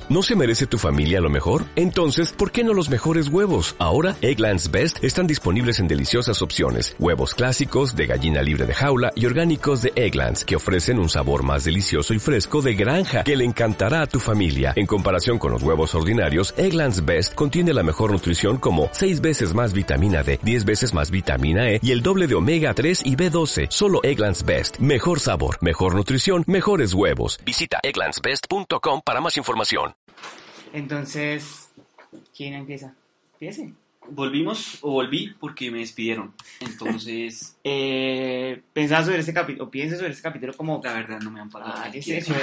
¿No se merece tu familia lo mejor? Entonces, ¿por qué no los mejores huevos? Ahora, Eggland's Best están disponibles en deliciosas opciones. Huevos clásicos, de gallina libre de jaula y orgánicos de Eggland's, que ofrecen un sabor más delicioso y fresco de granja que le encantará a tu familia. En comparación con los huevos ordinarios, Eggland's Best contiene la mejor nutrición como 6 veces más vitamina D, 10 veces más vitamina E y el doble de omega 3 y B12. Solo Eggland's Best. Mejor sabor, mejor nutrición, mejores huevos. Visita egglandsbest.com para más información. Entonces, ¿quién empieza? Empiece. Volví porque me despidieron. Entonces, Pensaba sobre este capítulo, o piensa sobre este capítulo como... la verdad no me han pagado. ¿Qué es eso?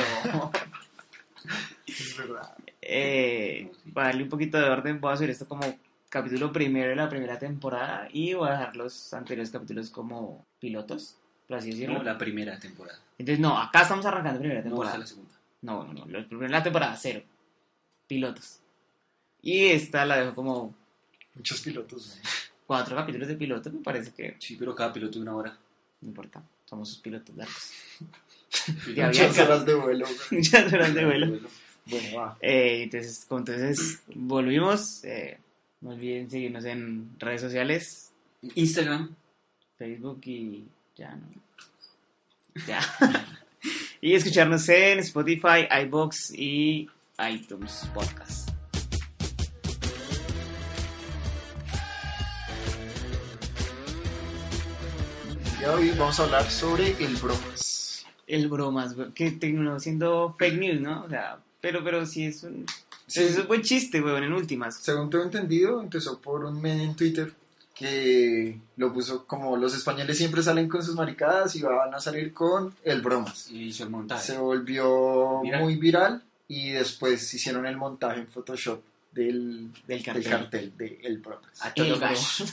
Es verdad. Para darle un poquito de orden, voy a subir esto como capítulo primero de la primera temporada y voy a dejar los anteriores capítulos como pilotos, por así decirlo. No, la primera temporada. Entonces, no, acá estamos arrancando primera No, temporada. esta es la segunda. No, la temporada 0. Pilotos. Y esta la dejo como Muchos pilotos, ¿no? 4 capítulos de pilotos, me parece que Sí, pero cada piloto de 1 hora. no importa. Somos sus pilotos largos. Muchas horas de vuelo. Muchas horas de vuelo. Bueno, va. Entonces volvimos. No olviden seguirnos en redes sociales, Instagram. Facebook y ya no. Ya. Y escucharnos en Spotify, iVoox y iTunes Podcast. Y hoy vamos a hablar sobre el bromas. El bromas, güey, que terminó siendo fake news, ¿no? O sea, pero sí es un... Sí. Es un buen chiste, weón, en últimas. Según tengo entendido, empezó por un meme en Twitter que lo puso como los españoles siempre salen con sus maricadas y van a salir con el bromas. Y hizo el montaje. Se volvió Viral. muy viral y después hicieron el montaje en Photoshop del cartel. cartel de el bromas. A El todo bro. gas.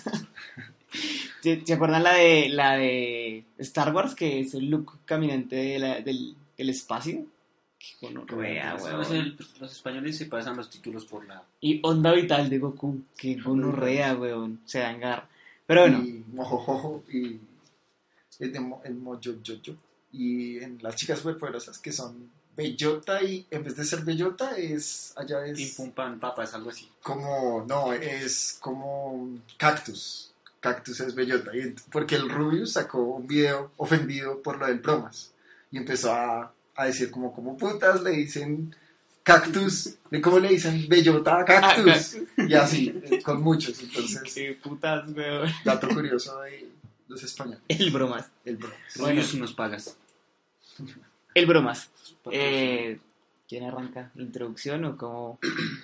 ¿Se acuerdan la de Star Wars? Que es el look caminante del espacio. Qué gonorrea, weón. Los españoles se pasan los títulos por la... Y onda vital de Goku. Qué gonorrea, weón. Se dan garra. Pero bueno, Y mojojojo y el mojojojo. Y en las chicas superpoderosas que son bellota y en vez de ser bellota allá Pim es pum pan papas, algo así. como, no, es como cactus. Cactus es bellota. Y porque el Rubius sacó un video ofendido por lo del bromas. Y empezó a decir como putas le dicen cactus, ¿cómo le dicen bellota a cactus? Y así, con muchos. Entonces, qué putas, weón. dato curioso de los españoles. El bromas. El bromas. Bueno, si nos pagas. El bromas. ¿Quién arranca? ¿La introducción o cómo?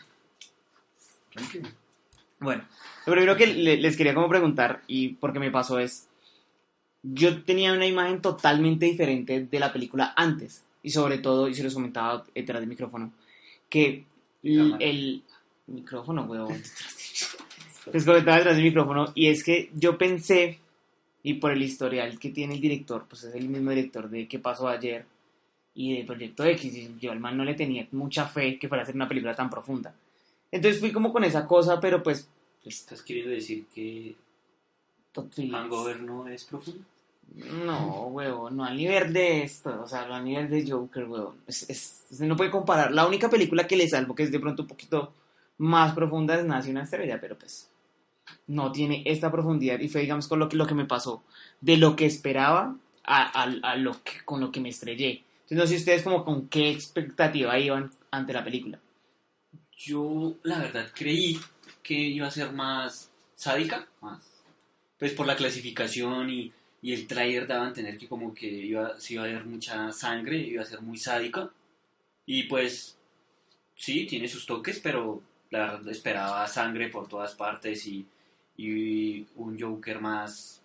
Tranquilo. Bueno, lo primero que les quería como preguntar, y porque me pasó es, yo tenía una imagen totalmente diferente de la película antes, y sobre todo, y se los comentaba detrás del micrófono, que el micrófono, weón, les comentaba detrás del micrófono, y es que yo pensé, y por el historial que tiene el director, pues es el mismo director de ¿Qué pasó ayer? Y de Proyecto X, y yo al man no le tenía mucha fe que fuera a ser una película tan profunda. Entonces fui como con esa cosa, pero pues ¿Estás queriendo decir que Todd Phillips. Hangover no es profundo? No, huevón, no al nivel de esto, o sea, no al nivel de Joker, huevón. No puede comparar. La única película que le salvo, que es de pronto un poquito más profunda, es Nace una estrella, pero pues no tiene esta profundidad. Y fue, digamos, con lo que me pasó, de lo que esperaba a con lo que me estrellé. Entonces, no sé ustedes como con qué expectativa iban ante la película. Yo, la verdad, creí que iba a ser más sádica, pues por la clasificación y el tráiler daba a entender que como que se iba a ver mucha sangre, iba a ser muy sádica. Y pues, sí, tiene sus toques, pero la verdad esperaba sangre por todas partes y un Joker más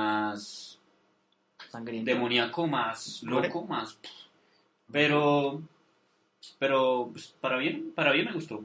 Sangriento. demoníaco, más loco, más... Pero pues, para bien me gustó.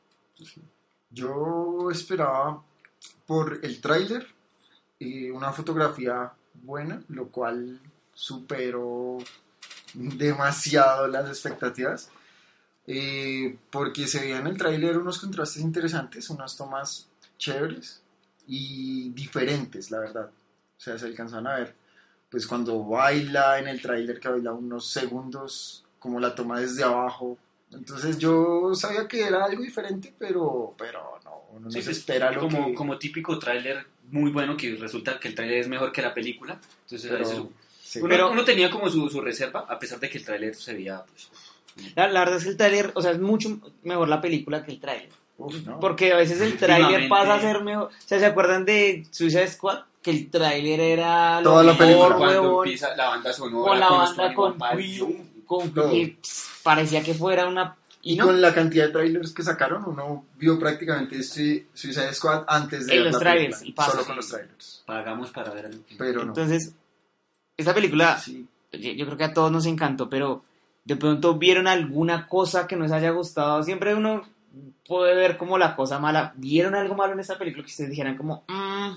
Yo esperaba por el tráiler una fotografía buena, lo cual superó demasiado las expectativas, porque se veían en el tráiler unos contrastes interesantes, unas tomas chéveres y diferentes, la verdad. O sea, se alcanzan a ver, pues cuando baila en el tráiler, que baila unos segundos, como la toma desde abajo, Entonces yo sabía que era algo diferente, pero no, uno no Sí, se pues, espera lo que... como típico tráiler muy bueno, que resulta que el tráiler es mejor que la película. Entonces, a veces sí. uno tenía como su reserva, a pesar de que el tráiler se veía, pues, La verdad es que el tráiler, o sea, es mucho mejor la película que el tráiler. Uf, no. Porque a veces el tráiler Últimamente- pasa a ser mejor. O sea, ¿se acuerdan de Suicide Squad? Que el tráiler era lo Toda la mejor, película. cuando huevón, empieza la banda sonora con la los banda, 21 con Pilots, Queen, con todo. y, parecía que fuera una... Y no, con la cantidad de trailers que sacaron, uno vio prácticamente Suicide Squad antes de En ver los la trailers, película, y pasa, solo sí. con los trailers. pagamos para ver Pero no. Entonces, esta película, Sí. yo creo que a todos nos encantó, pero de pronto vieron alguna cosa que nos haya gustado. Siempre uno puede ver como la cosa mala. ¿Vieron algo malo en esta película que ustedes dijeran como...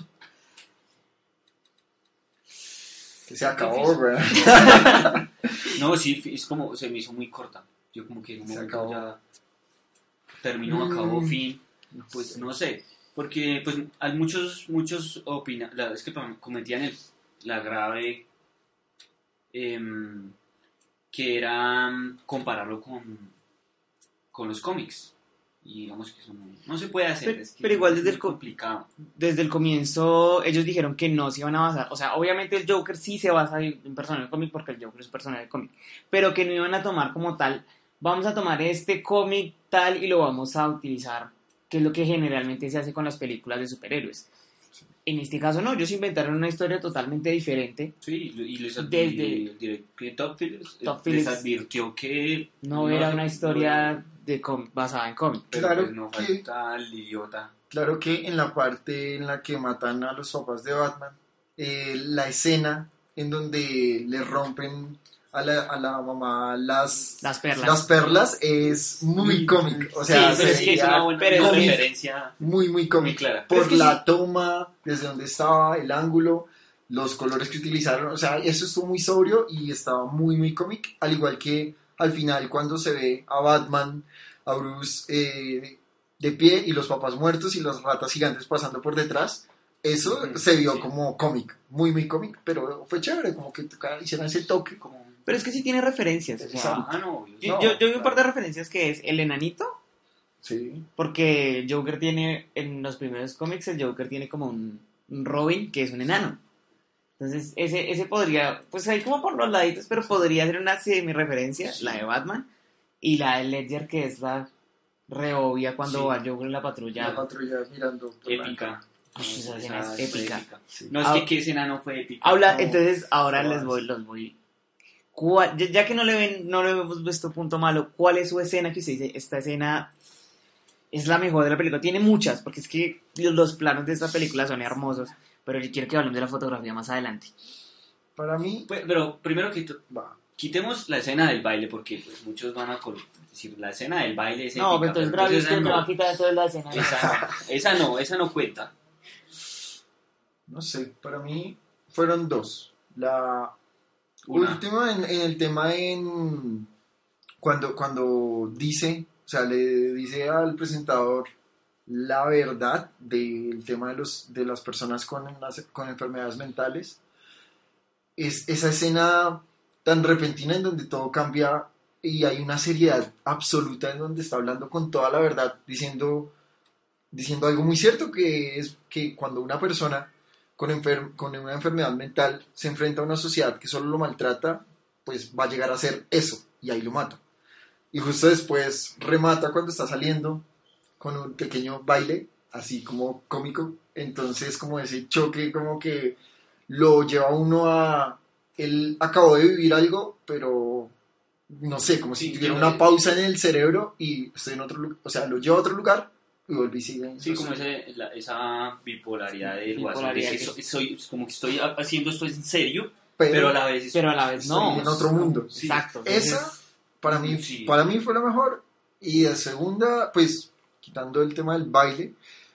Que se acabó, güey. No, sí, es como, se me hizo muy corta. Yo como que en un Se momento acabó. ya terminó, acabó, fin. Pues no sé, porque pues hay muchos opinan, es que cometían la grave que era compararlo con los cómics. Y digamos que eso no se puede hacer. Es que Pero igual es desde muy el complicado. Desde el comienzo ellos dijeron que no se iban a basar, o sea, obviamente el Joker sí se basa en un personaje de cómic porque el Joker es un personaje de cómic, pero que no iban a tomar como tal, vamos a tomar este cómic tal y lo vamos a utilizar, que es lo que generalmente se hace con las películas de superhéroes. En este caso no, ellos inventaron una historia totalmente diferente, Sí, y les Desde- el director Todd Phillips, Todd les Phillips advirtió que no era una historia basada en cómic. pero Claro pues no que- falta el idiota. Claro que en la parte en la que matan a los papás de Batman, la escena en donde le rompen a la mamá las perlas es muy cómic. O sea, Sí, pero es se que es veía una buena Pero es cómic, referencia muy muy cómic. clara. Pero Por es que la sí. toma, desde donde estaba, el ángulo, los colores que utilizaron. O sea, eso estuvo muy sobrio y estaba muy cómic. Al igual que al final, cuando se ve a Batman, a Bruce de pie y los papás muertos y las ratas gigantes pasando por detrás. Eso Ujú, se vio sí. como cómic, muy cómic, pero fue chévere, como que hicieron ese toque. Como... Pero es que sí tiene referencias, o sea, Ah, no, yo vi un par de referencias que es el enanito, Sí. porque el Joker tiene, en los primeros cómics, el Joker tiene como un Robin que es un enano. Entonces, ese podría, pues ahí como por los laditos, pero podría ser una semi-referencia, la de Batman, y la de Ledger, que es la re obvia cuando Sí. va el Joker en la patrulla. La patrulla mirando. por la- épica. Ush, esa escena Esa es fue épica. Sí. No, es Ah, que qué escena no fue épica. Habla, No, entonces ahora todas. los voy. Ya que no le hemos visto punto malo, ¿cuál es su escena que usted dice? Esta escena es la mejor de la película. Tiene muchas, porque es que los planos de esta película son hermosos, pero yo quiero que hablemos de la fotografía más adelante. Para mí, Pues, pero primero que va. quitemos la escena del baile, porque pues, muchos van a decir la escena del baile es No, épica, pero entonces pero Bravi, esa usted me va a no, quitar toda la escena. esa no cuenta. No sé, para mí fueron dos. La Una. última en el tema cuando dice, o sea, le dice al presentador la verdad del tema de las personas con enfermedades mentales. Es esa escena tan repentina en donde todo cambia y hay una seriedad absoluta en donde está hablando con toda la verdad, diciendo algo muy cierto, que es que cuando una persona con una enfermedad mental se enfrenta a una sociedad que solo lo maltrata, pues va a llegar a ser eso, y ahí lo mata. Y justo después remata cuando está saliendo con un pequeño baile, así como cómico. Entonces, como ese choque, como que lo lleva uno a... Él acabó de vivir algo, pero no sé, como si Sí, tuviera yo- una pausa en el cerebro y estoy en otro lugar, o sea, lo lleva a otro lugar y vuelve y sigue. Sí, como Entonces, esa bipolaridad del guasón, de Bipolaridad que que- soy, como que estoy haciendo esto en serio, pero a la vez Pero a la vez no. estoy en otro mundo. Sí. Exacto. Esa, para mí, Sí. para mí fue la mejor. Y la segunda, pues, quitando el tema del baile,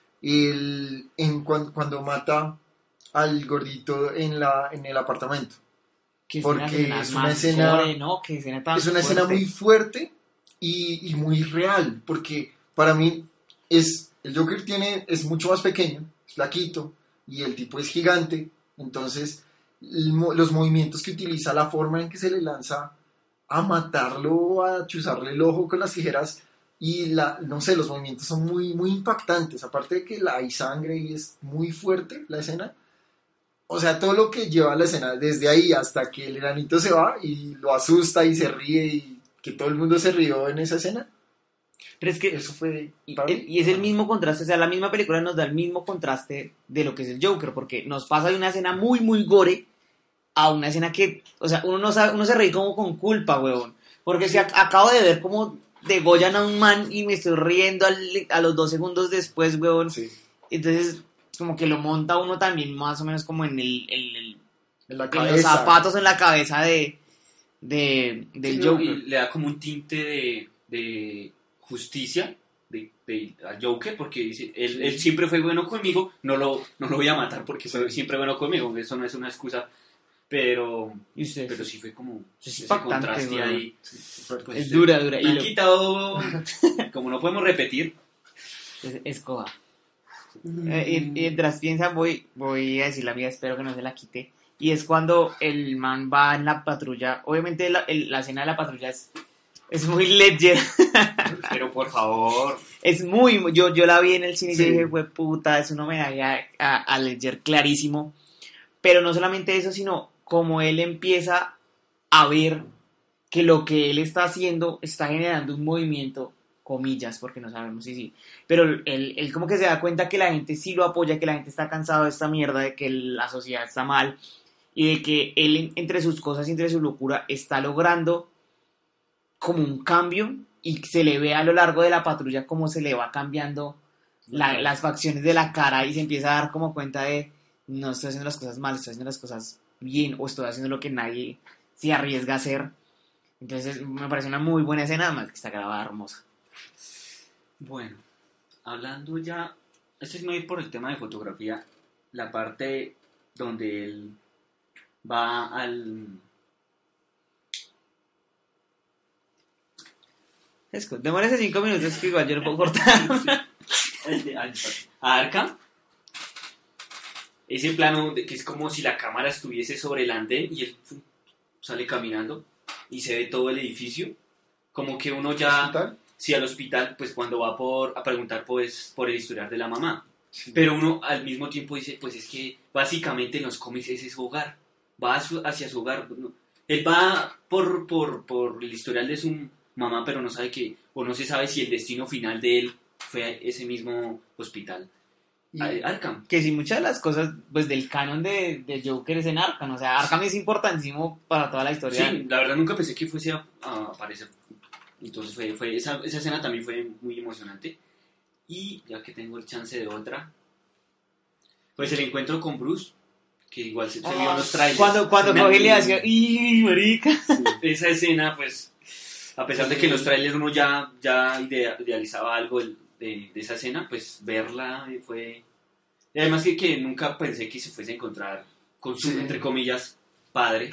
cuando mata al gordito en el apartamento. Que porque escena es una más escena- gore, ¿no? Que escena tan Es una escena fuerte. muy fuerte y muy real, porque para mí el Joker es mucho más pequeño, es flaquito, y el tipo es gigante, entonces los movimientos que utiliza, la forma en que se le lanza a matarlo, a chuzarle el ojo con las tijeras. Y no sé, los movimientos son muy, muy impactantes. Aparte de que hay sangre y es muy fuerte la escena. O sea, todo lo que lleva la escena, desde ahí hasta que el enanito se va y lo asusta y se ríe y que todo el mundo se rió en esa escena. Pero es que Eso fue... y es el mismo contraste, o sea, la misma película nos da el mismo contraste de lo que es el Joker, porque nos pasa de una escena muy, muy gore a una escena que, o sea, uno no sabe, uno se ríe como con culpa, huevón. Porque si acabo de ver cómo degollan a un man y me estoy riendo a los 2 segundos después, huevón. Sí. Entonces, como que lo monta uno también más o menos como en En la en cabeza. los zapatos en la cabeza del Sí, no, Joker. y le da como un tinte de justicia al Joker, porque dice, él siempre fue bueno conmigo, no lo voy a matar porque fue siempre bueno conmigo, eso no es una excusa, pero ¿Y usted? sí fue como Es ese impactante, contraste weón. ahí. Sí, fuerte. Pues, Es dura. Me Y han quitado, como no podemos repetir, es escoba. Y mientras piensa, voy a decir la mía, espero que no se la quite. Y es cuando el man va en la patrulla. Obviamente la escena de la patrulla es muy Ledger. pero por favor, Es muy... Yo la vi en el cine y Sí. yo dije, güey, puta, es un homenaje a Ledger clarísimo. Pero no solamente eso, sino como él empieza a ver que lo que él está haciendo está generando un movimiento, comillas, porque no sabemos si sí, pero él como que se da cuenta que la gente sí lo apoya, que la gente está cansado de esta mierda, de que la sociedad está mal, y de que él, entre sus cosas y entre su locura, está logrando como un cambio, y se le ve a lo largo de la patrulla cómo se le va cambiando las facciones de la cara, y se empieza a dar como cuenta de, no estoy haciendo las cosas mal, estoy haciendo las cosas bien, o estoy haciendo lo que nadie se arriesga a hacer. Entonces me parece una muy buena escena, además que está grabada hermosa. bueno, hablando ya, este es muy por el tema de fotografía, la parte donde él va Demórese 5 minutos que igual yo lo puedo cortar. a Arkham. Ese plano que es como si la cámara estuviese sobre el andén y él sale caminando y se ve todo el edificio. Como que uno ya, ¿Hospital? sí, al hospital, pues cuando va a preguntar pues, por el historial de la mamá. Sí. Pero uno al mismo tiempo dice, pues es que básicamente en los cómics ese es su hogar. Va hacia su hogar. Él va por el historial de su mamá, pero no sabe que, o no se sabe si el destino final de él fue ese mismo hospital. Y- Arkham. Que si muchas de las cosas pues del canon de Joker es en Arkham, o sea, Arkham es importantísimo para toda la historia. Sí, la verdad nunca pensé que fuese a aparecer. Entonces esa escena también fue muy emocionante. Y ya que tengo el chance de otra, pues el encuentro con Bruce, que igual se vio en los trailers. Cuando coge y le hacía, ¡y marica! Esa escena, pues, a pesar de que en los trailers uno ya idealizaba algo de esa escena, pues verla fue... Y además que nunca pensé que se fuese a encontrar con su, Sí. entre comillas, padre.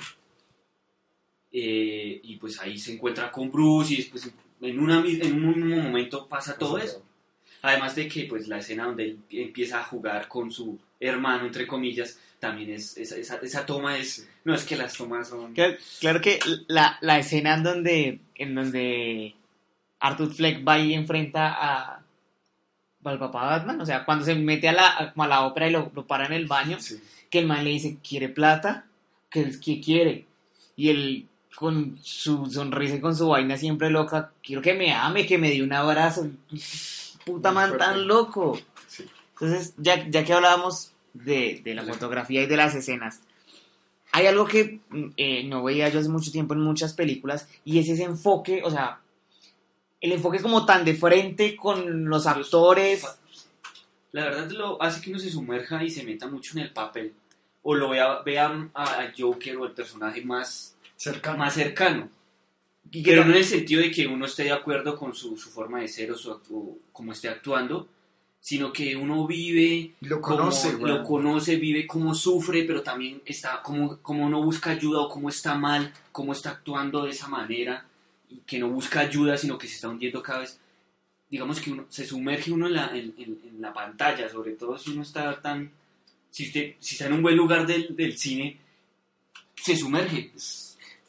Y pues ahí se encuentra con Bruce y después en un mismo momento pasa todo eso. Además de que pues la escena donde él empieza a jugar con su hermano, entre comillas, también es esa toma es... No, es que las tomas son... Claro que la escena en donde Arthur Fleck va y enfrenta al papá de Batman, o sea, cuando se mete como a la ópera y lo para en el baño, Sí. que el man le dice, ¿quiere plata? ¿Qué quiere? Y él con su sonrisa y con su vaina siempre loca, quiero que me ame, que me dé un abrazo. Puta Muy man fuerte. tan loco. Sí. Entonces, ya que hablábamos de la fotografía y de las escenas, hay algo que no veía yo hace mucho tiempo en muchas películas, y es ese enfoque, o sea, el enfoque como tan de frente con los actores. La verdad lo hace que uno se sumerja y se meta mucho en el papel. O lo vea a Joker o el personaje más cercano. Y que Pero no en el sentido de que uno esté de acuerdo con su forma de ser o cómo esté actuando, sino que uno vive, Lo conoce, güey. lo conoce, vive cómo sufre, pero también está cómo no busca ayuda o cómo está mal, cómo está actuando de esa manera, y que no busca ayuda, sino que se está hundiendo cada vez. Digamos que uno se sumerge uno en la pantalla, sobre todo si uno está tan... Si está en un buen lugar del cine, se sumerge.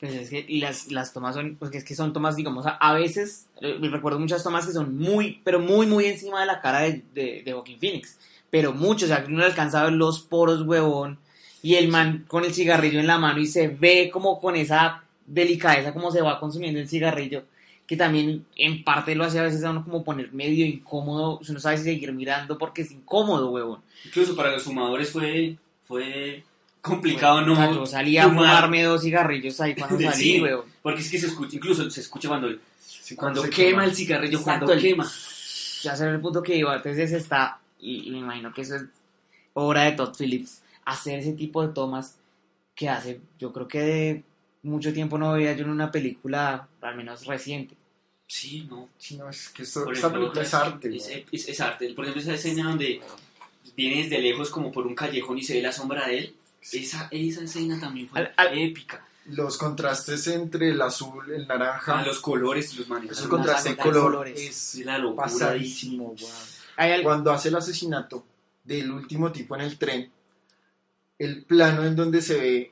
Pues es que, y las tomas son, pues es que son tomas, digamos, a veces, recuerdo muchas tomas que son muy, pero muy, muy encima de la cara de Joaquin Phoenix, pero mucho, o sea, que uno le alcanza a ver los poros, huevón, y el man con el cigarrillo en la mano y se ve como con esa delicadeza como se va consumiendo el cigarrillo, que también en parte lo hace a veces a uno como poner medio incómodo, uno sabe si seguir mirando porque es incómodo, huevón. Incluso para los fumadores fue complicado, ¿no? O sea, yo salía a fumarme 2 cigarrillos ahí cuando salí, Sí, huevón. porque es que se escucha, incluso se escucha cuando se quema el cigarrillo, Exacto, cuando quema. Ya sé el punto que iba, entonces está, y me imagino que eso es obra de Todd Phillips, hacer ese tipo de tomas que hace, yo creo que de mucho tiempo no veía yo en una película, al menos reciente. Sí, no. Sí, no, es que Por esta ejemplo, película es arte. Es arte. Por ejemplo, esa escena donde viene desde lejos como por un callejón y se ve la sombra de él. Esa escena también fue épica. Los contrastes entre el azul, el naranja, Los colores, los manejaron. esos contrastes de manejar color colores. es Es la locura. pasadísimo. Wow. Hay algo, Cuando hace el asesinato del último tipo en el tren, el plano en donde se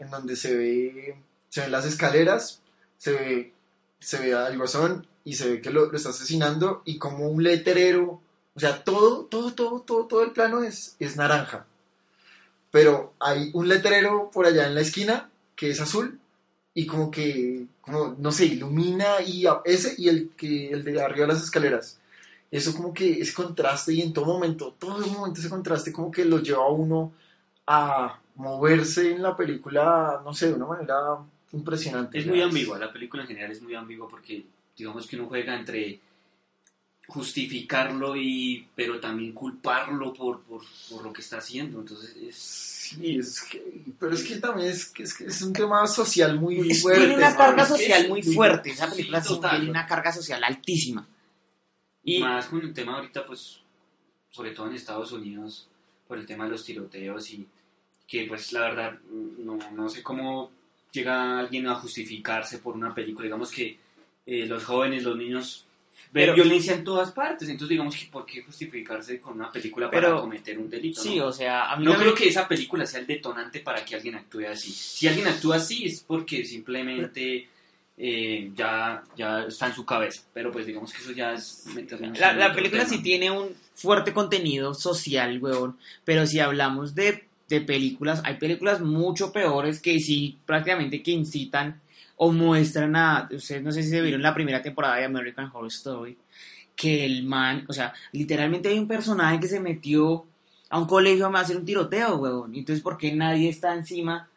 ven las escaleras, se ve al guasón y se ve que lo está asesinando y como un letrero, o sea, todo el plano es naranja. Pero hay un letrero por allá en la esquina que es azul y como no sé, ilumina y ese y el de arriba de las escaleras. Eso como que ese contraste y en todo momento ese contraste como que lo lleva a uno a moverse en la película, no sé, de una manera impresionante. Es muy ambigua, la película en general es muy ambigua porque digamos que uno juega entre justificarlo pero también culparlo por lo que está haciendo. Entonces Sí, pero es que también es un tema social muy fuerte. tiene una carga es que social es muy muy fuerte, fuerte. esa película Sí, sí total. tiene una carga social altísima. Y más con el tema ahorita, pues, sobre todo en Estados Unidos, por el tema de los tiroteos y que, pues, la verdad, no sé cómo llega alguien a justificarse por una película. Digamos que los jóvenes, los niños ven Pero- violencia en todas partes, entonces digamos que ¿por qué justificarse con una película para Pero- cometer un delito? Sí, ¿no? o sea, a mí No me- creo que esa película sea el detonante para que alguien actúe así. Si alguien actúa así es porque simplemente ya está en su cabeza. Pero pues digamos que eso ya es meternos en La otro película tema. sí tiene un fuerte contenido social, weón, pero si hablamos de películas, hay películas mucho peores que sí prácticamente que incitan o muestran ustedes no sé si se vieron la primera temporada de American Horror Story, que el man, o sea, literalmente hay un personaje que se metió a un colegio a hacer un tiroteo, weón, entonces ¿por qué nadie está encima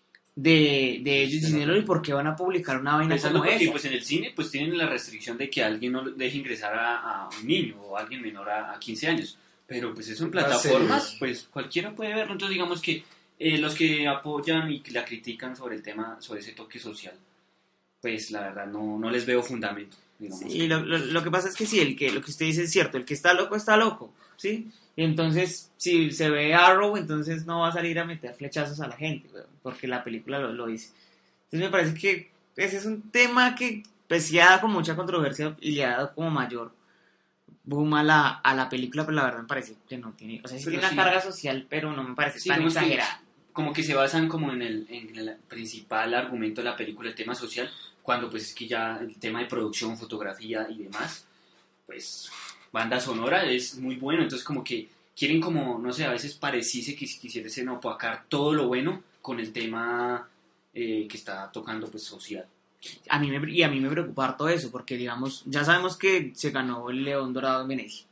de ellos diciéndolo y por qué van a publicar una vaina Pensando como porque esa? pues en el cine pues tienen la restricción de que alguien no deje ingresar a un niño o a alguien menor a 15 años. Pero pues eso en plataformas, pues cualquiera puede verlo. Entonces digamos que los que apoyan y la critican sobre el tema, sobre ese toque social, pues la verdad no les veo fundamento. Digamos. Sí, lo que pasa es que sí, lo que usted dice es cierto, el que está loco, ¿sí? Y entonces, si se ve Arrow, entonces no va a salir a meter flechazos a la gente, weón, porque la película lo dice. Entonces me parece que ese es un tema que pues sí ha dado con mucha controversia y le ha dado como mayor boom a la película, pero la verdad me parece que no tiene, o sea, sí Pero tiene sí. una carga social, pero no me parece Sí, tan digamos que exagerada. como que se basan como en el principal argumento de la película, el tema social, cuando pues es que ya el tema de producción, fotografía y demás, pues banda sonora es muy bueno, entonces como que quieren como, no sé, a veces pareciese que quisiesen opacar todo lo bueno con el tema que está tocando pues social. A mí me preocupa harto eso, porque digamos, ya sabemos que se ganó el León Dorado en Venecia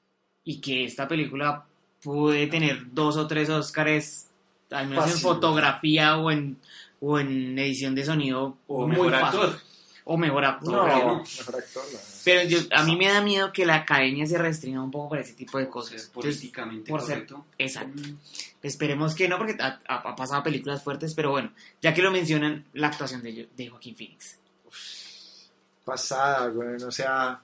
y que esta película puede tener 2 o 3 Óscares, al menos en Fácil. fotografía o en edición de sonido, O muy mejor fácil. actor. O mejor actor. No, ¿por qué no? mejor actor. No. Pero a mí me da miedo que la academia se restrinja un poco por ese tipo de Ser cosas. Entonces, políticamente por ser- correcto. exacto. Esperemos que no, porque ha pasado películas fuertes, pero bueno, ya que lo mencionan, la actuación de Joaquín Phoenix. Pasada, güey. O sea,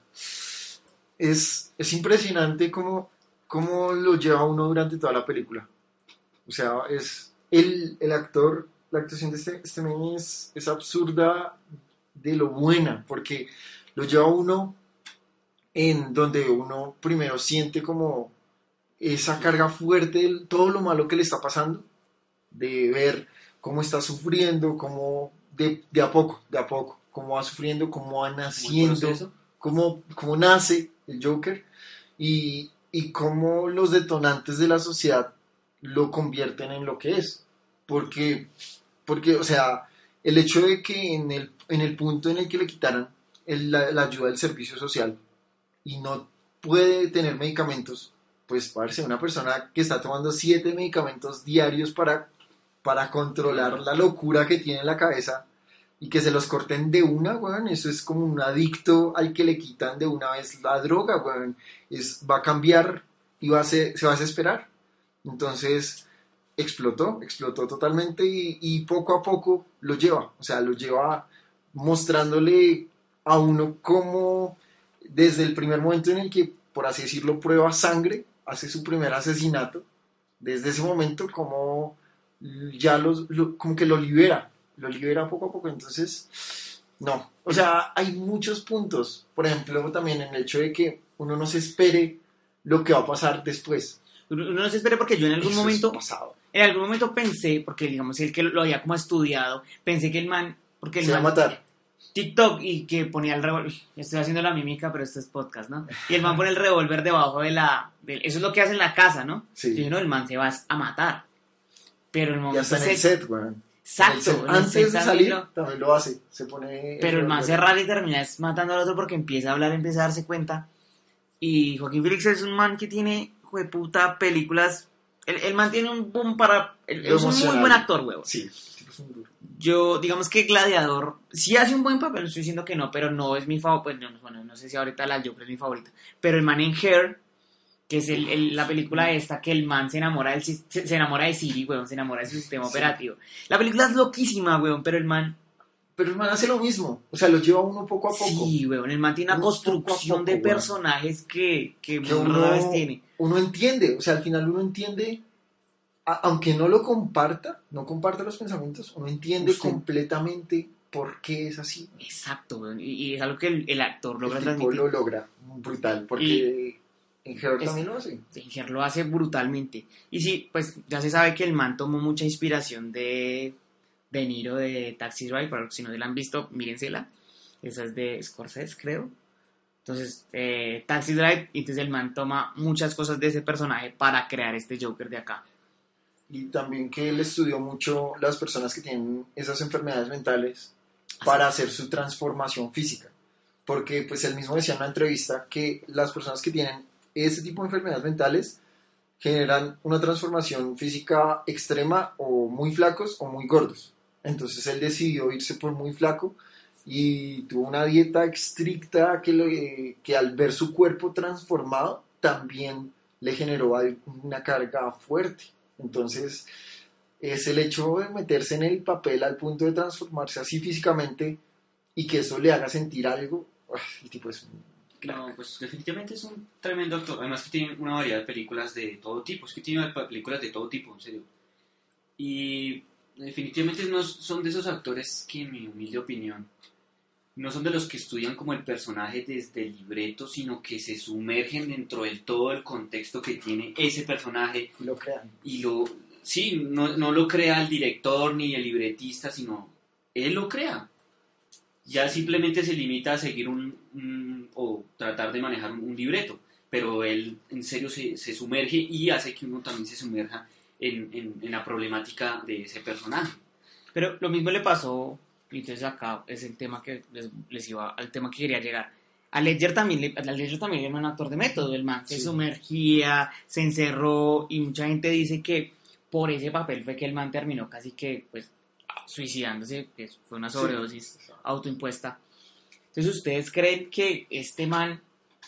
es impresionante cómo lo lleva uno durante toda la película. O sea, es el actor, la actuación de este men es absurda de lo buena, porque lo lleva uno en donde uno primero siente como esa carga fuerte de todo lo malo que le está pasando, de ver cómo está sufriendo, cómo de a poco, cómo va sufriendo, cómo va Como el naciendo, proceso. cómo nace el Joker y cómo los detonantes de la sociedad lo convierten en lo que es. Porque, o sea, el hecho de que en el punto en el que le quitaran la ayuda del servicio social y no puede tener medicamentos, pues parece una persona que está tomando 7 medicamentos diarios para controlar la locura que tiene en la cabeza y que se los corten de una, weón, eso es como un adicto al que le quitan de una vez la droga, weón, va a cambiar y se va a desesperar. Entonces explotó totalmente y poco a poco lo lleva mostrándole a uno cómo desde el primer momento en el que, por así decirlo, prueba sangre, hace su primer asesinato, desde ese momento como ya como que lo libera poco a poco. Entonces, no, o sea, hay muchos puntos, por ejemplo, también en el hecho de que uno no se espere lo que va a pasar después. Uno no se espere porque yo en algún Eso es momento... pasado. En algún momento pensé, porque digamos el que lo había como estudiado, pensé que el man... Porque el Se va a man matar. TikTok y que ponía el revólver... Estoy haciendo la mímica, pero esto es podcast, ¿no? Y el man pone el revólver debajo eso es lo que hace en la casa, ¿no? Sí. Y yo, no, el man se va a matar. Pero el Ya momento... está en el set, weón. Exacto. En el set, en el antes set de también salir, lo- también lo hace. Se pone. Pero el man se revólver. rara y termina matando al otro porque empieza a hablar, empieza a darse cuenta. Y Joaquín Phoenix es un man que tiene, jueputa, películas... El man tiene un boom para... Es un muy Emocional. buen actor, huevo. Sí, el tipo es un duro. Yo, digamos que Gladiador sí hace un buen papel, no estoy diciendo que no, pero no es mi favorito. Pues bueno, no sé si ahorita la Joker es mi favorita. Pero el man en Hair, que es la película esta, que el man se enamora se enamora de Siri, weón, se enamora de su sistema Sí. operativo. La película es loquísima, weón, pero el man... Pero el man hace lo mismo. O sea, lo lleva uno poco a poco. Sí, weón, el man tiene una Uno poco a construcción poco, de weón. personajes que Que muy rara vez tiene. uno entiende. O sea, al final uno entiende. Aunque no lo comparta, no comparta los pensamientos, uno entiende Usted- completamente por qué es así. Exacto, weón, y es algo que el actor logra El tipo transmitir. lo logra. Brutal. Porque en Her también lo hace. Singer lo hace brutalmente. Y sí, pues ya se sabe que el man tomó mucha inspiración de Niro de Taxi Driver, pero si no se la han visto, mírensela. Esa es de Scorsese, creo. Entonces, Taxi Drive, y entonces el man toma muchas cosas de ese personaje para crear este Joker de acá. Y también que él estudió mucho las personas que tienen esas enfermedades mentales para hacer su transformación física. Porque pues él mismo decía en una entrevista que las personas que tienen ese tipo de enfermedades mentales generan una transformación física extrema o muy flacos o muy gordos. Entonces él decidió irse por muy flaco y tuvo una dieta estricta que al ver su cuerpo transformado también le generó una carga fuerte. Entonces es el hecho de meterse en el papel al punto de transformarse así físicamente y que eso le haga sentir algo. El tipo es un No, pues definitivamente es un tremendo actor. Además que tiene una variedad de películas de todo tipo. Es que tiene películas de todo tipo, en serio. Y definitivamente no son de esos actores que, en mi humilde opinión, no son de los que estudian como el personaje desde el libreto, sino que se sumergen dentro del todo el contexto que tiene ese personaje y lo crean. y no lo crea el director ni el libretista, sino él lo crea. Ya simplemente se limita a seguir o tratar de manejar un libreto, pero él en serio se sumerge y hace que uno también se sumerja en la problemática de ese personaje. Pero lo mismo le pasó, y entonces acá es el tema que les iba, al tema que quería llegar. A Ledger también era un actor de método, el man se Sí. sumergía, se encerró, y mucha gente dice que por ese papel fue que el man terminó casi que pues suicidándose, que fue una sobredosis autoimpuesta. Entonces, ¿ustedes creen que este man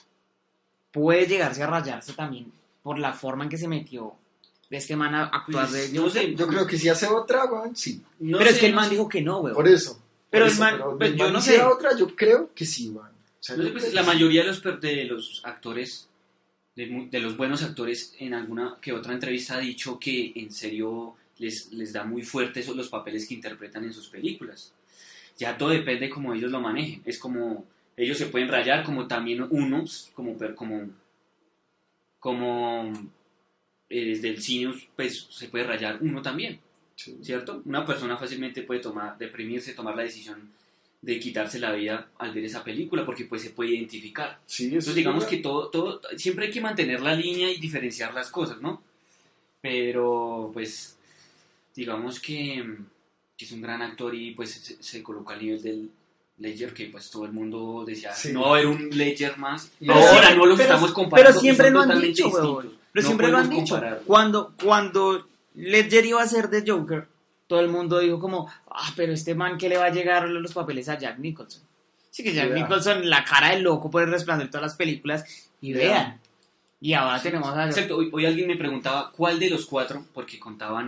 puede llegarse a rayarse también por la forma en que se metió de este man a actuar Pues, de no sé, Yo creo que si hace otra, weón, sí. No pero sé, es que el no man sé. dijo que no, weón. Por eso. Pero Por el eso, man, pero pues, del yo man no hiciera sé. otra, yo creo que sí, weón. O sea, No sé, yo pues, creo la que sí. mayoría de los actores, de los buenos actores, en alguna que otra entrevista ha dicho que en serio les da muy fuerte los papeles que interpretan en sus películas. Ya todo depende de cómo ellos lo manejen. Es como ellos se pueden rayar, como también unos, como desde el cine, pues se puede rayar uno también. Sí. ¿cierto? Una persona fácilmente puede deprimirse, tomar la decisión de quitarse la vida al ver esa película, porque pues se puede identificar. Sí, eso Entonces es digamos verdad. que todo, siempre hay que mantener la línea y diferenciar las cosas, ¿no? Pero pues digamos que es un gran actor y pues se coloca al nivel del Ledger, que pues todo el mundo decía, Sí. no va a haber un Ledger más. Y Pero ahora ahora no los pero- estamos comparando. Pero siempre y son lo han totalmente dicho, distintos. huevón. Pero No siempre lo han podemos dicho. compararlo. Cuando Ledger iba a ser de Joker, todo el mundo dijo como, pero este man, ¿qué le va a llegar los papeles a Jack Nicholson? Sí, que Jack Vea. Nicholson, la cara del loco por el resplandor de todas las películas, y Vea. vean. Y ahora tenemos a Excepto, hoy alguien me preguntaba cuál de los 4, porque contaban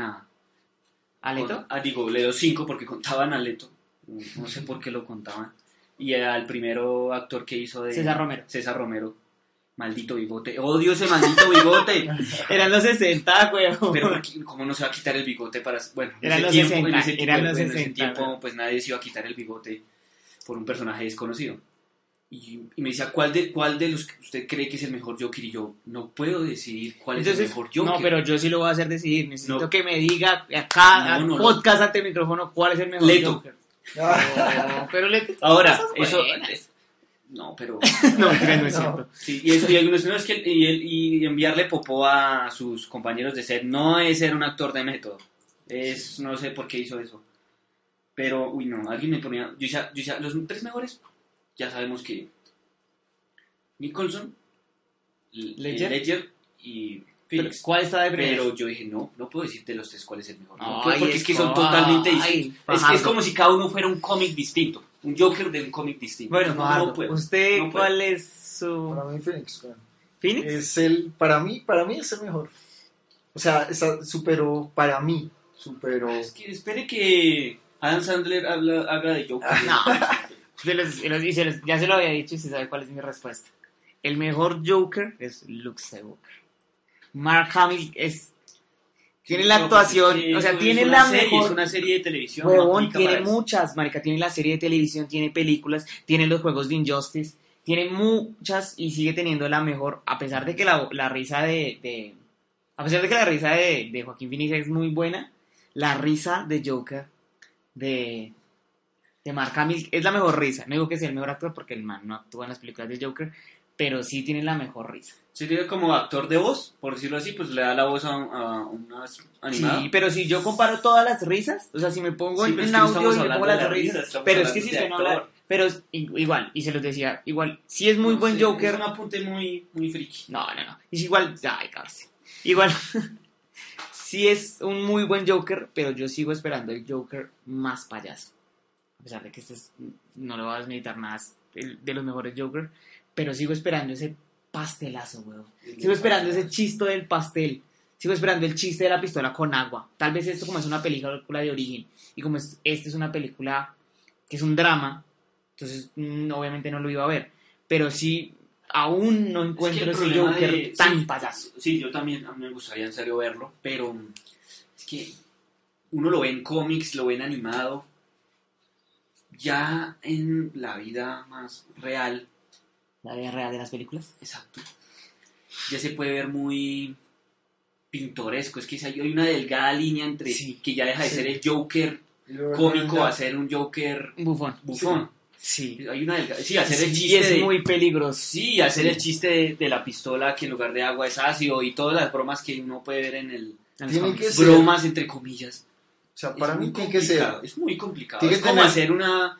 a Leto. digo, le doy 5 porque contaban a Leto. No sé por qué lo contaban. Y al primero actor que hizo de... César Romero. Maldito bigote. Odio ese maldito bigote. Eran los 60, huevón. Pero ¿cómo no se va a quitar el bigote para...? Bueno, en Eran ese los tiempo, 60, en ese tiempo, eran los en ese 60, tiempo, ¿no? pues nadie se iba a quitar el bigote por un personaje desconocido. Y me decía, ¿cuál de los que usted cree que es el mejor Joker? Y yo, no puedo decidir cuál es el mejor Joker. No, pero yo sí lo voy a hacer decidir. Necesito No. que me diga acá, No, podcast ante el micrófono, cuál es el mejor Leto. Joker. No, pero Leto. Ahora, cosas eso... buenas. No, pero... No, no es No. cierto. Sí, y eso, y algunos no es que y enviarle popó a sus compañeros de set no es ser un actor de método. Es, no sé por qué hizo eso. Pero, uy, no, alguien me ponía. Yo ya, los 3 mejores, ya sabemos que Nicholson, Ledger y Pero, Phoenix. ¿cuál está de primero? Pero yo dije, no puedo decirte los 3 cuál es el mejor. No Ay, puedo, porque es que son ay, totalmente distintos. Es Fajardo. como si cada uno fuera un cómic distinto. Un Joker de un cómic distinto. Bueno, no, Fajardo, no puedo. ¿usted no puedo. cuál es su... Para mí Phoenix, bueno, ¿Phoenix? es para mí es el mejor. O sea, superó, para mí, superó. Es que espere que Adam Sandler haga de Joker. No. Ya se lo había dicho y se sabe cuál es mi respuesta. El mejor Joker es Luke Skywalker. Mark Hamill tiene la No, actuación, pues es que o sea, eso tiene es la una serie, mejor... es una serie de televisión. no Huevón, aplica tiene para eso. muchas, marica, tiene la serie de televisión, tiene películas, tiene los juegos de Injustice, tiene muchas y sigue teniendo la mejor, a pesar de que la risa a pesar de que la risa de Joaquín Phoenix es muy buena, la risa de Joker de Mark Hamill es la mejor risa. No digo que sea el mejor actor porque el man no actúa en las películas de Joker, pero sí tiene la mejor risa. Sería como actor de voz, por decirlo así, pues le da la voz a una animada. Sí, pero si yo comparo todas las risas, o sea, si me pongo Sí, pero es en que no audio estamos y le hablando pongo de las la risas, risa, estamos pero es que hablando si de usted no actor. habla, pero igual, y se los decía, igual, si es muy No buen sé, Joker, Es un apunte muy, muy friki. no, es igual, ay, casi, igual, sí es un muy buen Joker, pero yo sigo esperando el Joker más payaso, a pesar de que no le voy a desmeditar nada de los mejores Joker, pero sigo esperando ese pastelazo, weón. Sigo esperando ese chiste del pastel. Sigo esperando el chiste de la pistola con agua. Tal vez esto como es una película de origen y como esta es una película que es un drama, entonces obviamente no lo iba a ver. Pero sí, aún no encuentro Es que el ese problema Joker tan payaso. Sí, yo también, a mí me gustaría en serio verlo, pero es que uno lo ve en cómics, lo ve en animado, ya en la vida más real, La vida real de las películas. exacto, ya se puede ver muy pintoresco. Es que hay una delgada línea entre Sí, que ya deja de sí. ser el Joker Y luego cómico ya- a ser un Joker Bufón. bufón. Sí. Hay una delgada, sí, hacer el Sí, chiste es de, muy peligroso. sí, hacer el chiste de la pistola que en lugar de agua es ácido y todas las bromas que uno puede ver en el En los Tiene cómics. que ser- bromas entre comillas. O sea, para Es mí muy tiene que ser. complicado, es muy complicado. Tiene Es que como tener- hacer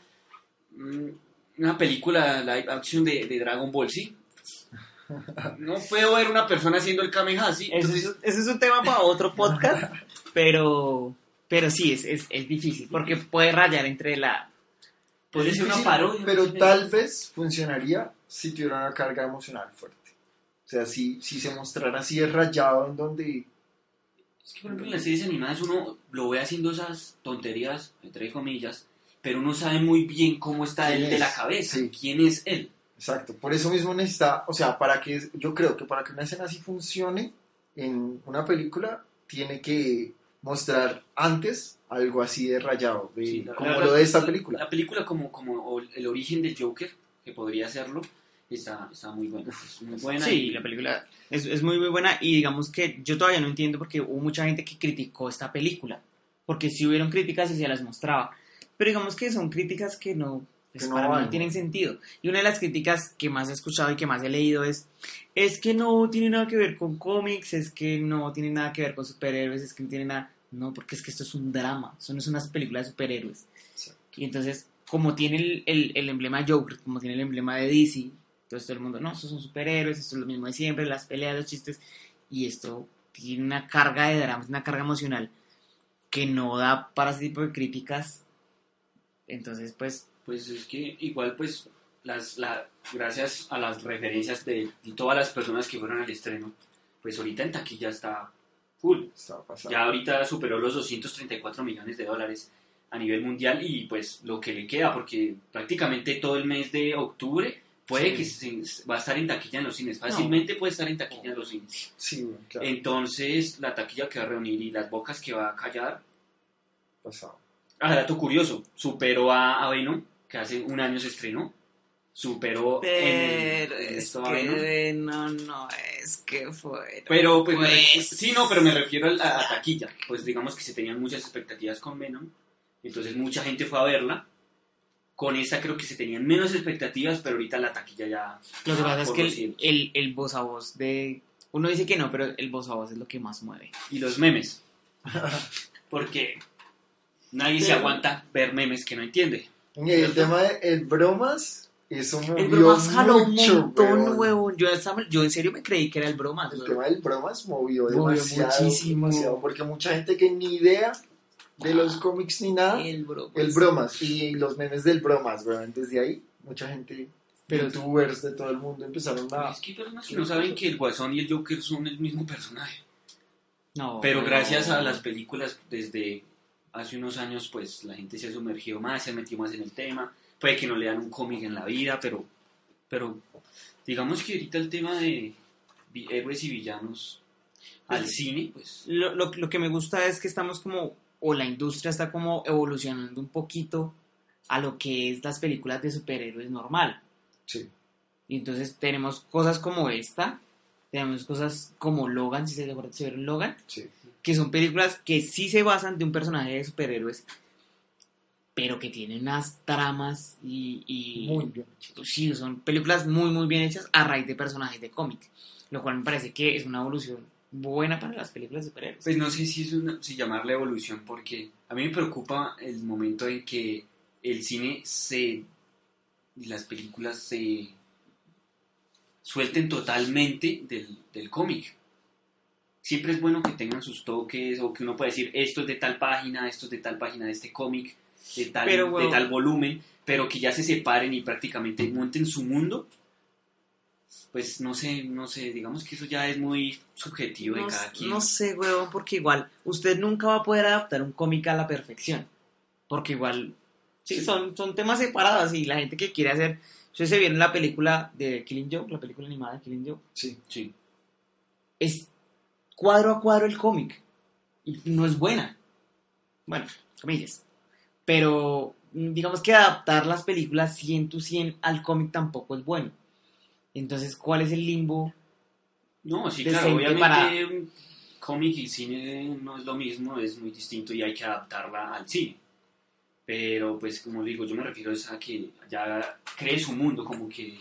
una película live action de Dragon Ball, ¿sí? No puedo ver una persona haciendo el Kamehameha, ¿sí? Entonces, Ese es un tema para otro podcast, pero sí, es difícil, porque puede rayar entre la... podría ser una difícil, parodia. pero ¿sí? tal vez funcionaría si tuviera una carga emocional fuerte. O sea, si se mostrara así de rayado en donde... Es que, por ejemplo, en las series animadas uno lo ve haciendo esas tonterías, entre comillas, pero uno sabe muy bien cómo está ¿Quién él de es? la cabeza, Sí. quién es él. Exacto, por eso mismo necesita, o sea, yo creo que para que una escena así funcione en una película, tiene que mostrar antes algo así de rayado, Sí, como lo de esta La película. película como el origen del Joker, que podría serlo, está muy buena. Es muy buena. Sí, y- la película es muy muy buena y digamos que yo todavía no entiendo porque hubo mucha gente que criticó esta película porque sí hubieron críticas y se las mostraba, pero digamos que son críticas que no, pues, Que no para mí van, no tienen ¿no? sentido. Y una de las críticas que más he escuchado y que más he leído es que no tiene nada que ver con cómics, es que no tiene nada que ver con superhéroes, es que no tiene nada... No, porque es que esto es un drama, eso no es una película de superhéroes. Y entonces, como tiene el emblema Joker, como tiene el emblema de DC, entonces todo el mundo, no, estos son superhéroes, esto es lo mismo de siempre, las peleas, los chistes, y esto tiene una carga de drama, una carga emocional que no da para ese tipo de críticas. Entonces, pues, Pues es que igual pues gracias a las referencias de todas las personas que fueron al estreno, pues ahorita en taquilla está full. Estaba pasando. Ya ahorita superó los 234 millones de dólares a nivel mundial y pues lo que le queda, porque prácticamente todo el mes de octubre puede que va a estar en taquilla en los cines, fácilmente puede estar en taquilla en los cines. Sí, bueno, claro. Entonces la taquilla que va a reunir y las bocas que va a callar. Pasado. Dato curioso, superó a Venom, que hace un año se estrenó. Superó pero en es esto a Venom. que no es que fue. Pero pues, Pues- sí, no, pero me refiero a la taquilla. Pues digamos que se tenían muchas expectativas con Venom. Entonces mucha gente fue a verla. Con esta creo que se tenían menos expectativas, pero ahorita la taquilla ya... Lo que pasa es por que 200. el voz a voz de... Uno dice que no, pero el voz a voz es lo que más mueve. Y los memes. Porque nadie se aguanta ver memes que no entiende. Y el tema de el bromas, eso El movió bromas jaló un mucho, montón, weón. huevón. Yo en serio me creí que era el bromas. El weón. tema del bromas movió Movió demasiado, muchísimo. demasiado, porque mucha gente que ni idea de los cómics ni nada, El bromas. el bromas y los memes del bromas, weón. Desde ahí, mucha gente, Pero- youtubers de todo el mundo empezaron a... Es que hay personas que no saben que el Guasón y el Joker son el mismo personaje. No, Pero gracias a las películas desde hace unos años, pues la gente se ha sumergido más, se metió más en el tema. Puede que no lean un cómic en la vida, pero digamos que ahorita el tema de héroes y villanos al cine, pues Lo que me gusta es que estamos como, o la industria está como evolucionando un poquito a lo que es las películas de superhéroes normal. Sí. Y entonces tenemos cosas como esta, tenemos cosas como Logan, si se acuerdan, ¿se vieron Logan? Sí. Que son películas que sí se basan de un personaje de superhéroes, pero que tienen unas tramas y Muy bien. sí, son películas muy muy bien hechas a raíz de personajes de cómic, lo cual me parece que es una evolución buena para las películas de superhéroes. no sé si llamarle evolución, porque a mí me preocupa el momento en que el cine y las películas se suelten totalmente del cómic. Siempre es bueno que tengan sus toques, o que uno pueda decir, esto es de tal página, esto es de tal página de este cómic, de tal volumen, pero que ya se separen y prácticamente monten su mundo. Pues no sé, digamos que eso ya es muy subjetivo de cada quien. No sé, huevón, porque igual usted nunca va a poder adaptar un cómic a la perfección, porque igual sí. Son temas separados y la gente que quiere hacer... Ustedes se vieron la película de Killing Joke, la película animada de Killing Joke. Sí. Es cuadro a cuadro el cómic y no es buena. Bueno, comillas. Pero digamos que adaptar las películas 100% al cómic tampoco es bueno. Entonces, ¿cuál es el limbo? No, sí, Decente claro, obviamente para- un cómic y cine no es lo mismo, es muy distinto y hay que adaptarla al cine. Pero pues como digo, yo me refiero a que ya cree su mundo, como que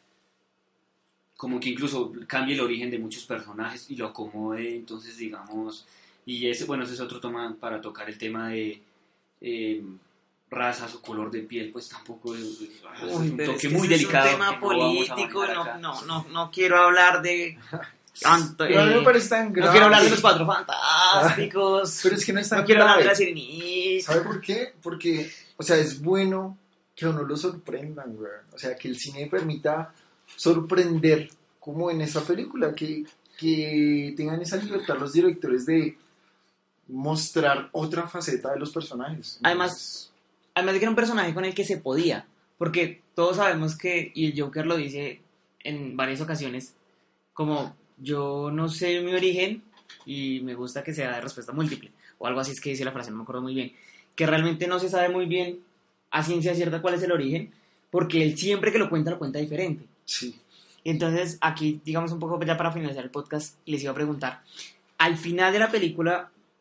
incluso cambie el origen de muchos personajes y lo acomode, entonces digamos, y ese es otro tema para tocar el tema de razas o color de piel, pues tampoco es un Pero toque es que muy ese delicado. Es un tema que no vamos a político, manejar acá. no quiero hablar de... Tanto, Pero a mí me parece tan grave. no quiero hablar de los Cuatro Fantásticos. Pero es que no es tan No quiero hablar de la grave. Sirenita. ¿Sabe por qué? Porque, o sea, es bueno que a uno lo sorprendan, güey. O sea, que el cine permita sorprender, como en esa película, que tengan esa libertad los directores de mostrar otra faceta de los personajes. Además de que era un personaje con el que se podía, porque todos sabemos que, y el Joker lo dice en varias ocasiones, como yo no sé mi origen y me gusta que sea de respuesta múltiple, o algo así es que dice la frase, no me acuerdo muy bien, que realmente no se sabe muy bien a ciencia cierta cuál es el origen, porque él siempre que lo cuenta diferente. Sí. Entonces, aquí, digamos un poco ya para finalizar el podcast, les iba a preguntar, al final de la película,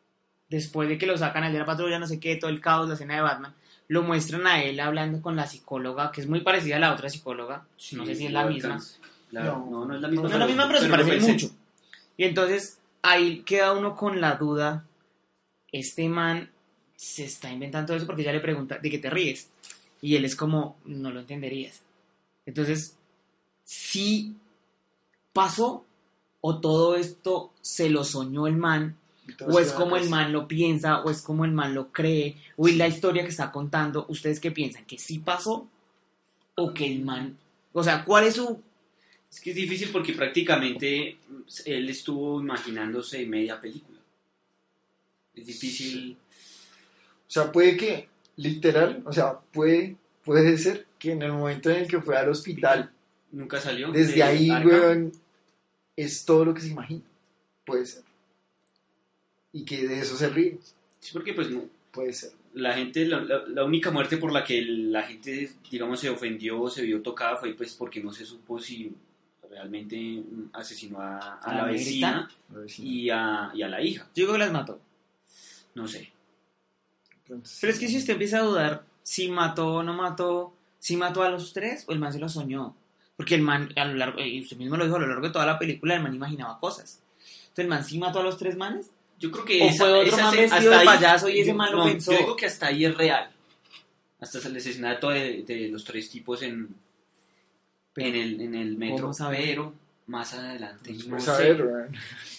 después de que lo sacan al de la patrulla, no sé qué, todo el caos, la escena de Batman, lo muestran a él hablando con la psicóloga, que es muy parecida a la otra psicóloga, no sé si es la misma. No es la misma. No es la misma, pero se parece mucho. Y entonces ahí queda uno con la duda, este man se está inventando eso porque ella le pregunta, ¿de qué te ríes? Y él es como, no lo entenderías. Entonces, ¿sí pasó o todo esto se lo soñó el man? ¿O es como el man lo piensa? ¿O es como el man lo cree? ¿O es la historia que está contando? ¿Ustedes qué piensan? ¿Que sí pasó? ¿O que el man... O sea, ¿cuál es su...? Es que es difícil porque prácticamente él estuvo imaginándose media película. Es difícil. O sea, puede que, literal, o sea, puede ser que en el momento en el que fue al hospital, Nunca salió. desde ahí, weón, es todo lo que se imagina. Puede ser. Y que de eso se ríe. Sí, porque pues no. Puede ser. La gente, la única muerte por la que la gente, digamos, se ofendió o se vio tocada fue pues porque no se supo si realmente asesinó a la vecina y a la hija. Yo digo que las mató. No sé. Entonces, Pero es que si usted empieza a dudar si mató o no mató, si mató a los tres o el man se lo soñó. Porque el man, a lo largo, y usted mismo lo dijo, a lo largo de toda la película, el man imaginaba cosas. Entonces, ¿el man sí mató a los tres manes? Yo creo que ¿O fue otro man vestido de payaso y ese man lo pensó? Yo digo que hasta ahí es real. Hasta el asesinato de los tres tipos en el metro. ¿Cómo saber? Pero más adelante. no se No puede sé. saber, weón.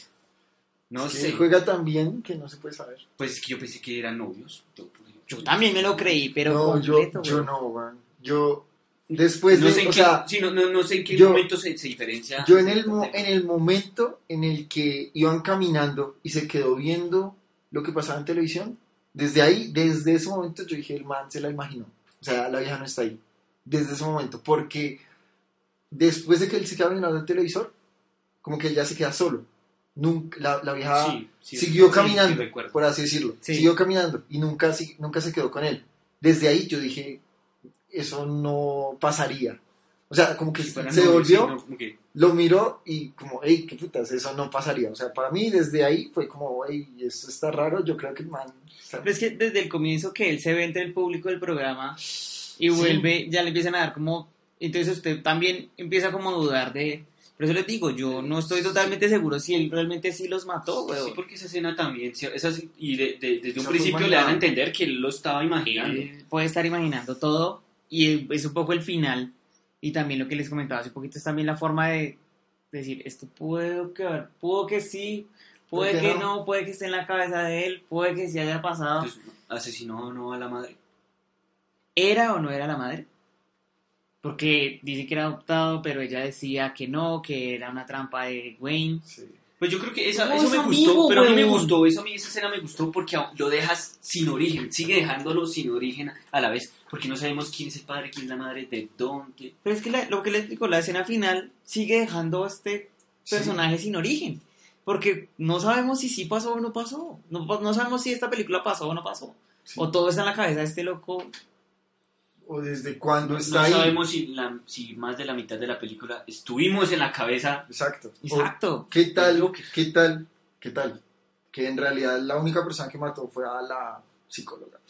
No Es que sé. él juega tan bien que no se puede saber. Pues es que yo pensé que eran novios. Yo también me lo creí, pero No, completo, yo güey. no, weón. Yo, después no de, sé en o qué, sea, sí, no sé en qué yo- momento se diferencia. yo en el momento en el que iban caminando y se quedó viendo lo que pasaba en televisión, desde ahí, desde ese momento yo dije, el man se la imaginó. O sea, la vieja no está ahí. Desde ese momento. Porque después de que él se queda mirando el televisor, como que él ya se queda solo. Nunca, la vieja siguió sí, caminando, sí, recuerdo. por así decirlo. Sí. Siguió caminando y nunca se quedó con él. Desde ahí yo dije, eso no pasaría. O sea, como que Si fueran se novios, volvió, sí, no, como que- lo miró y como, hey, qué putas, eso no pasaría. O sea, para mí desde ahí fue como, hey, esto está raro, yo creo que el man... Pero es que desde el comienzo que él se ve entre el público del programa y vuelve, ya le empiezan a dar como... Entonces usted también empieza como a dudar de... Por eso les digo, yo no estoy totalmente seguro si él realmente sí los mató, Sí, weón. porque esa escena también, sí, y desde un fue principio le dan a imaginado. entender que él lo estaba imaginando. Él puede estar imaginando todo y es un poco el final. Y también lo que les comentaba hace poquito es también la forma de decir, esto pudo que sí, puede ¿Por qué que no? no, puede que esté en la cabeza de él, puede que sí haya pasado. Entonces, asesinó o no a la madre. ¿Era o no era la madre? Porque dice que era adoptado, pero ella decía que no, que era una trampa de Wayne. Sí. Pues yo creo que No, eso es me gustó, amigo, pero a mí me weón. gustó, esa escena me gustó porque lo dejas sin origen, sigue dejándolo sin origen a la vez, porque no sabemos quién es el padre, quién es la madre, de dónde. Pero es que lo que les digo, la escena final sigue dejando a este personaje sin origen. Porque no sabemos si sí pasó o no pasó. No sabemos si esta película pasó o no pasó. Sí. O todo está en la cabeza de este loco. O desde cuándo No está ahí. sabemos si más de la mitad de la película estuvimos en la cabeza. Exacto. Exacto. O, ¿qué tal? El ¿Qué tal? Que en realidad la única persona que mató fue a la psicóloga.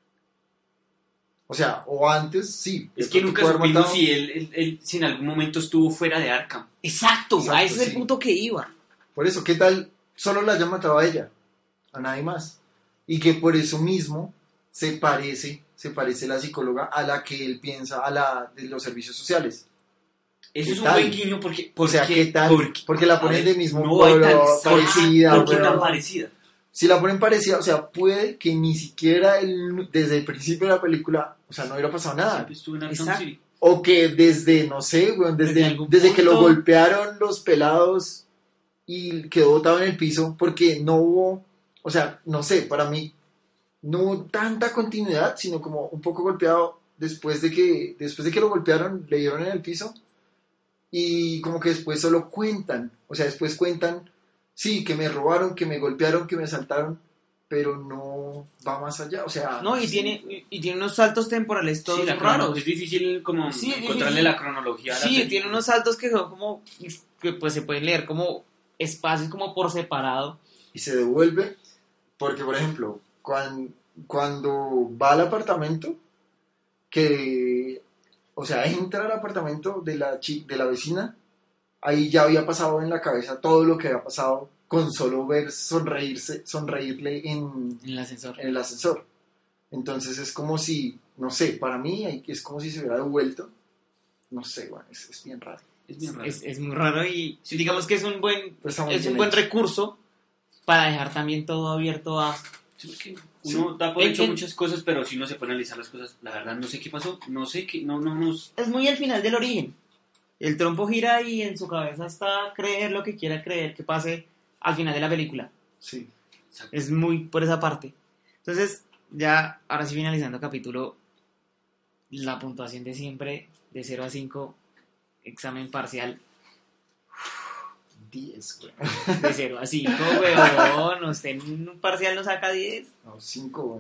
O sea, o antes, sí. Es de que pronto nunca pudo haber supimos matado. si él si en algún momento estuvo fuera de Arkham. Exacto. Exacto, A ese es el sí. punto que iba. Por eso, ¿qué tal? Solo la haya matado a ella, a nadie más. Y que por eso mismo se parece la psicóloga a la que él piensa, a la de los servicios sociales. Eso ¿Qué es un tal? buen guiño porque... O sea, ¿qué tal? Porque la ponen a ver, del mismo no hay pueblo, tal- parecida, ¿Por qué weón. tan parecida? Si la ponen parecida, o sea, puede que ni siquiera desde el principio de la película, o sea, no hubiera pasado nada. Siempre estuvo en Arkham Exacto. City. O que desde, no sé, weón, Desde algún desde que lo punto. golpearon los pelados y quedó botado en el piso, porque no hubo, o sea, no sé, para mí no hubo tanta continuidad, sino como un poco golpeado después de que lo golpearon, le dieron en el piso y como que después solo cuentan, o sea, después cuentan, sí, que me robaron, que me golpearon, que me asaltaron, pero no va más allá, o sea... No, y tiene unos saltos temporales todos Sí, raros. es difícil como Sí, es encontrarle difícil. la cronología a la Sí, película. tiene unos saltos que son como, que pues se pueden leer como espacios como por separado. Y se devuelve Porque, por ejemplo, cuando va al apartamento, o sea, entra al apartamento de la vecina, ahí ya había pasado en la cabeza todo lo que había pasado con solo ver sonreírle En el ascensor. en el ascensor. Entonces es como si, no sé, para mí es como si se hubiera devuelto. No sé, bueno, es bien raro. Es bien raro. Es muy raro y Sí, digamos que es un buen, Pero está muy es un bien buen hecho. recurso para dejar también todo abierto a... Sí, porque uno da por En- hecho en- muchas cosas, pero si uno se pone a analizar las cosas, la verdad no sé qué pasó, no sé qué, no nos... Es muy al final del origen. El trompo gira y en su cabeza está creer lo que quiera creer que pase al final de la película. Sí. Es muy por esa parte. Entonces, ya, ahora sí finalizando capítulo, la puntuación de siempre, de 0 a 5, examen parcial, 10, güey. de 0 a 5, weón. Usted en un parcial no saca 10. No, 5.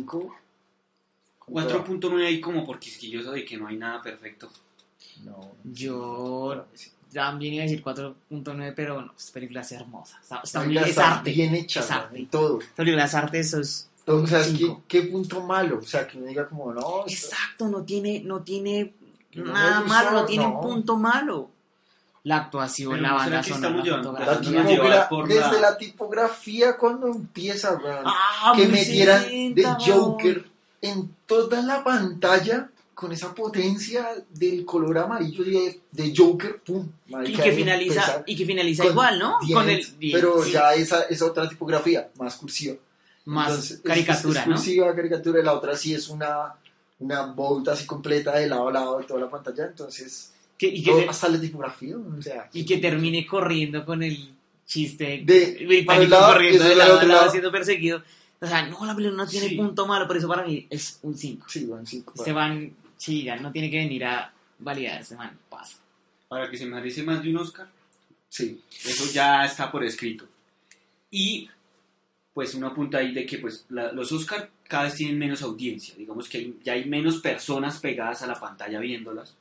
4.9 ahí como por quisquilloso de que no hay nada perfecto. No. Yo también iba a decir 4.9, pero no, esta película es hermosa. Está Oiga, es está arte. bien hecha, Es güey, arte. en todo. Esta película es arte, eso es... Todo, o sea, es cinco. ¿qué punto malo? O sea, que uno diga como, no, Exacto, no tiene No nada me gustó, malo, no tiene no. un punto malo. La actuación, Pero la ¿no banda será que sonora, estamos la llevando- la fotografía. Dejándonos llevar por desde la- la tipografía cuando empieza, weón, Ah, que muy metieran 60, de weón. Joker en toda la pantalla con esa potencia del color amarillo de Joker, pum, Y marica, que ahí finaliza, empieza y que finaliza con igual, ¿no? Con el Dient, pero sí, ya esa es otra tipografía, más cursiva. más Entonces, caricatura, es ¿no? cursiva, caricatura, y la otra sí es una bolt así completa de lado a lado de toda la pantalla, entonces hasta la tipografía, o sea, y que termine corriendo con el chiste De- británico para el lado, corriendo eso de del lado a otro lado lado. siendo perseguido. O sea, no, la película no tiene Sí. punto malo, por eso para mí es un 5. sí, bueno, sí, Se van, sí, ya no tiene que venir a validar, se van, pasa. Para que se merece más de un Oscar, sí. eso ya está por escrito. Y pues uno apunta ahí de que pues los Oscar cada vez tienen menos audiencia, digamos que ya hay menos personas pegadas a la pantalla viéndolas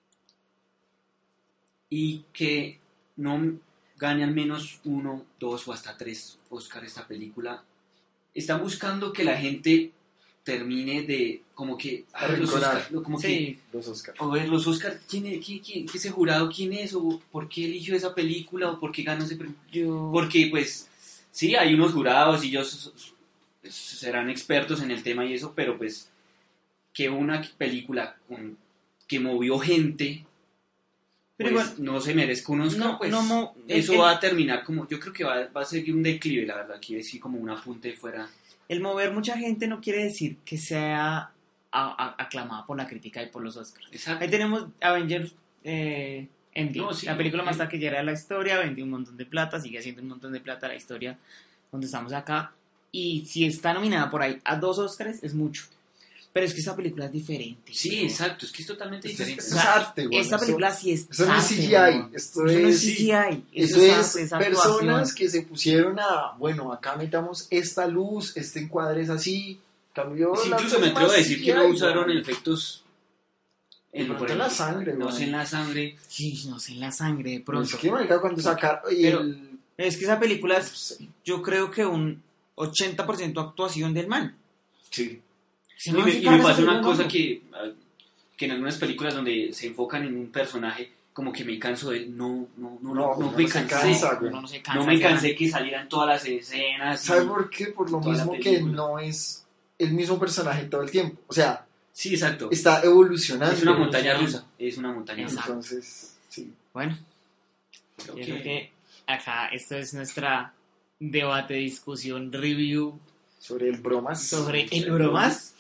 y que no gane al menos 1, 2 o hasta 3 Oscar esta película. Están buscando que la gente termine de como que los Arrinconar. Oscar, como que Sí, Los Oscars. o ver los Oscar, ¿quién, ese jurado quién es? ¿O por qué eligió esa película? ¿O por qué ganó ese premio? yo... Porque, pues, sí, hay unos jurados y ellos serán expertos en el tema y eso, pero pues, que una película que movió gente, Pero pues, igual, no se merezca un Oscar, no, pues, no, eso va a terminar como, yo creo que va a seguir un declive, la verdad, aquí sí como un apunte fuera. el mover mucha gente no quiere decir que sea aclamada por la crítica y por los Oscars. Exacto. Ahí tenemos Avengers Endgame, No, sí, la película más sí. taquillera de la historia, vendió un montón de plata, sigue haciendo un montón de plata la historia donde estamos acá. Y si está nominada por ahí a 2 Oscars, es mucho. Pero es que esta película es diferente. Sí, ¿no? exacto, es que es totalmente Esto diferente. es arte, güey. Esta película sí es Eso no es arte, CGI, weón. esto Eso no es es... CGI. Eso es arte, es personas actuación. que se pusieron bueno, acá metamos esta luz, este encuadre es así, cambió Sí, la incluso me forma atrevo a decir que no CGI, usaron güey. efectos De pronto en la sangre, no güey. sé, en la sangre. Sí, no sé, en la sangre de pronto. Es que, marica, cuando sacaron... Pero- Es que esa película no es, sé. yo creo que un 80% actuación del man. Sí. Si Y no, me, se y carga me esa pasa una película, cosa no. que en algunas películas donde se enfocan en un personaje, como que me canso de no No me se cansé. cansa, güey. Uno no se cansa, No me se cansé que salieran todas las escenas. y- ¿Sabe por qué? Por lo Toda la mismo que película. no es el mismo personaje todo el tiempo. O sea, Sí, exacto. está evolucionando. Es una montaña evolucionando. rusa. Es una montaña rusa. Entonces, sí. Bueno, Creo yo que- creo que acá esto es nuestra debate, discusión, review Sobre el bromas. sobre el bromas.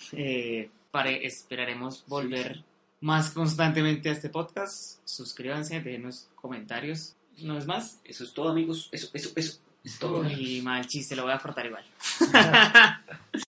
Esperaremos volver más constantemente a este podcast. Suscríbanse, denos comentarios. ¿No es más? Eso es todo, amigos. Eso es todo. Y mal chiste, lo voy a cortar igual.